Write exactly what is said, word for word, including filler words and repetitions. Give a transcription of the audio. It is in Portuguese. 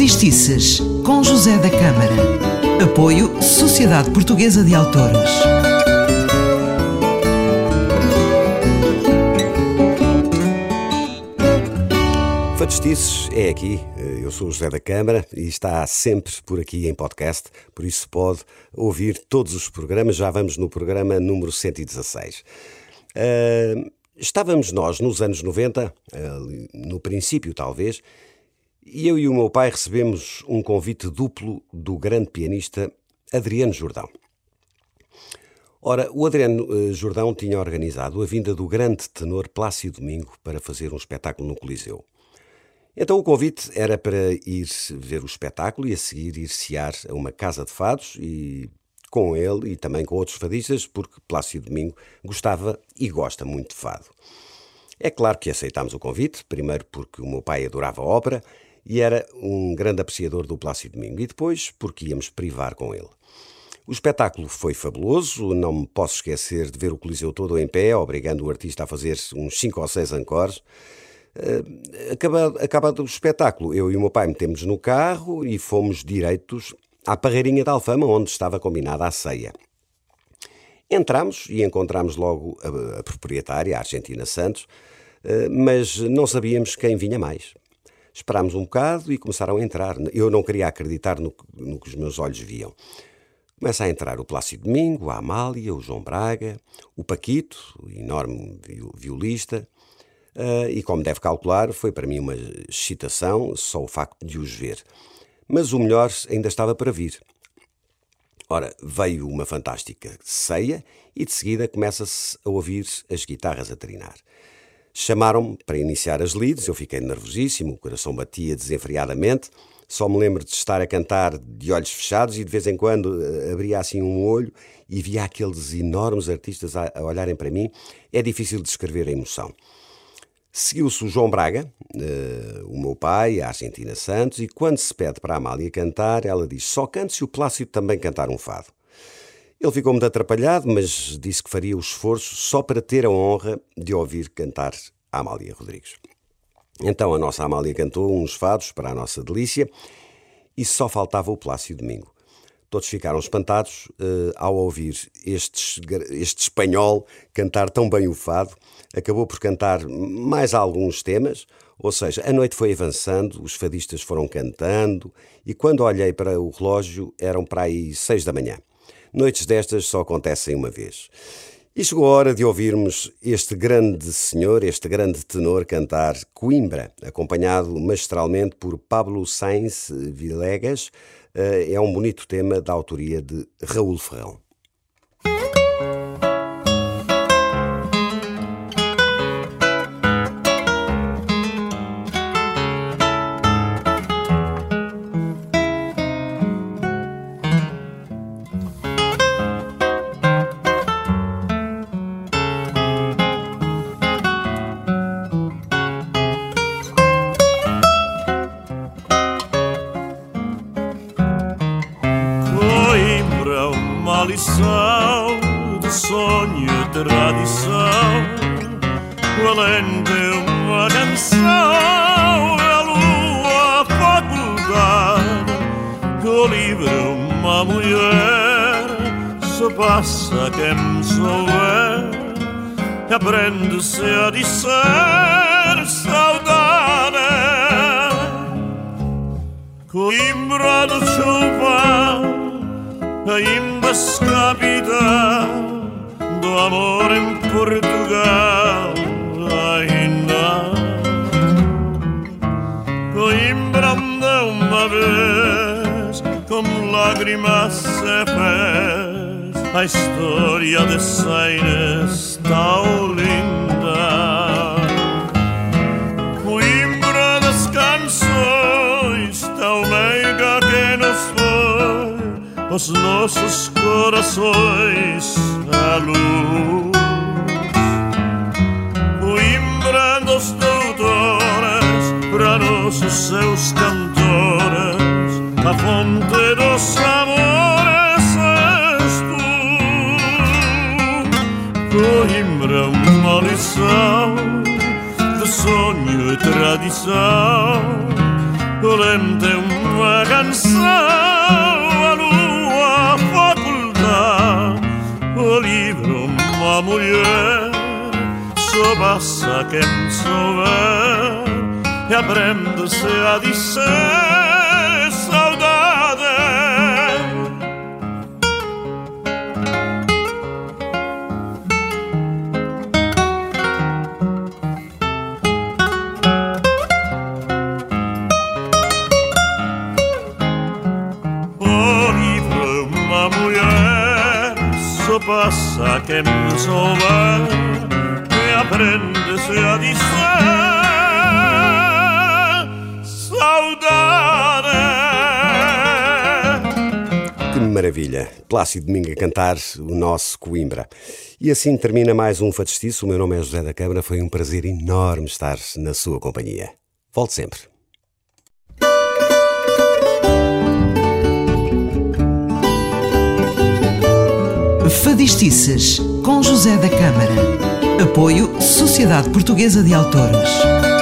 Fadistices, com José da Câmara. Apoio Sociedade Portuguesa de Autores. Fadistices é aqui, eu sou o José da Câmara e está sempre por aqui em podcast, por isso pode ouvir todos os programas. Já vamos no programa número cento e dezasseis. Uh, estávamos nós nos anos noventa, uh, no princípio talvez, e eu e o meu pai recebemos um convite duplo do grande pianista Adriano Jordão. Ora, o Adriano uh, Jordão tinha organizado a vinda do grande tenor Plácido Domingo para fazer um espetáculo no Coliseu. Então o convite era para ir ver o espetáculo e a seguir ir cear a uma casa de fados e com ele e também com outros fadistas, porque Plácido Domingo gostava e gosta muito de fado. É claro que aceitámos o convite, primeiro porque o meu pai adorava a ópera e era um grande apreciador do Plácido Domingo, e depois porque íamos privar com ele. O espetáculo foi fabuloso, não me posso esquecer de ver o Coliseu todo em pé, obrigando o artista a fazer uns cinco ou seis encores. Uh, acabado, acabado o espetáculo, eu e o meu pai metemos no carro e fomos direitos à Parreirinha de Alfama, onde estava combinada a ceia. Entramos e encontramos logo a, a proprietária, a Argentina Santos, uh, mas não sabíamos quem vinha mais. Esperámos um bocado e começaram a entrar. Eu não queria acreditar no, no que os meus olhos viam. Começa a entrar o Plácido Domingo, a Amália, o João Braga, o Paquito, o enorme violista. Uh, e como deve calcular, foi para mim uma excitação só o facto de os ver. Mas o melhor ainda estava para vir. Ora, veio uma fantástica ceia e de seguida começa-se a ouvir as guitarras a trinar. Chamaram-me para iniciar as lides, eu fiquei nervosíssimo, o coração batia desenfreadamente, só me lembro de estar a cantar de olhos fechados e de vez em quando abria assim um olho e via aqueles enormes artistas a olharem para mim. É difícil descrever a emoção. Seguiu-se o João Braga, uh, o meu pai, a Argentina Santos, e quando se pede para a Amália cantar, ela diz: só cante se o Plácido também cantar um fado. Ele ficou muito atrapalhado, mas disse que faria o esforço só para ter a honra de ouvir cantar a Amália Rodrigues. Então a nossa Amália cantou uns fados para a nossa delícia e só faltava o Plácido Domingo. Todos ficaram espantados uh, ao ouvir este, este espanhol cantar tão bem o fado. Acabou por cantar mais alguns temas, ou seja, a noite foi avançando, os fadistas foram cantando e quando olhei para o relógio eram para aí seis da manhã. Noites destas só acontecem uma vez. E chegou a hora de ouvirmos este grande senhor, este grande tenor cantar Coimbra, acompanhado magistralmente por Pablo Sáenz Villegas. É um bonito tema da autoria de Raul Ferrão. Uma lição de sonho e tradição, além de uma canção, a lua faculdade que o livro uma mulher se passa quem souber, aprende-se a dizer saudade. Coimbra de chuva ainda se capita do amor em Portugal, ainda Coimbra onde uma vez com lágrimas se fez a história de Ceines tão linda. Coimbra das canções tão meiga que nos foi os nossos corações à luz. Coimbra dos doutores, para nós os seus cantores, a fonte dos amores és tu. Coimbra uma lição de sonho e tradição, lente uma mulher só passa quem souber e aprende-se a dizer saudade. O livro uma mulher só passa quem souber e aprende-se a dizer saudade. Que maravilha! Plácido Domingo a cantar o nosso Coimbra. E assim termina mais um Fadestiço. O meu nome é José da Câmara. Foi um prazer enorme estar na sua companhia. Volte sempre. Fadistices, com José da Câmara. Apoio Sociedade Portuguesa de Autores.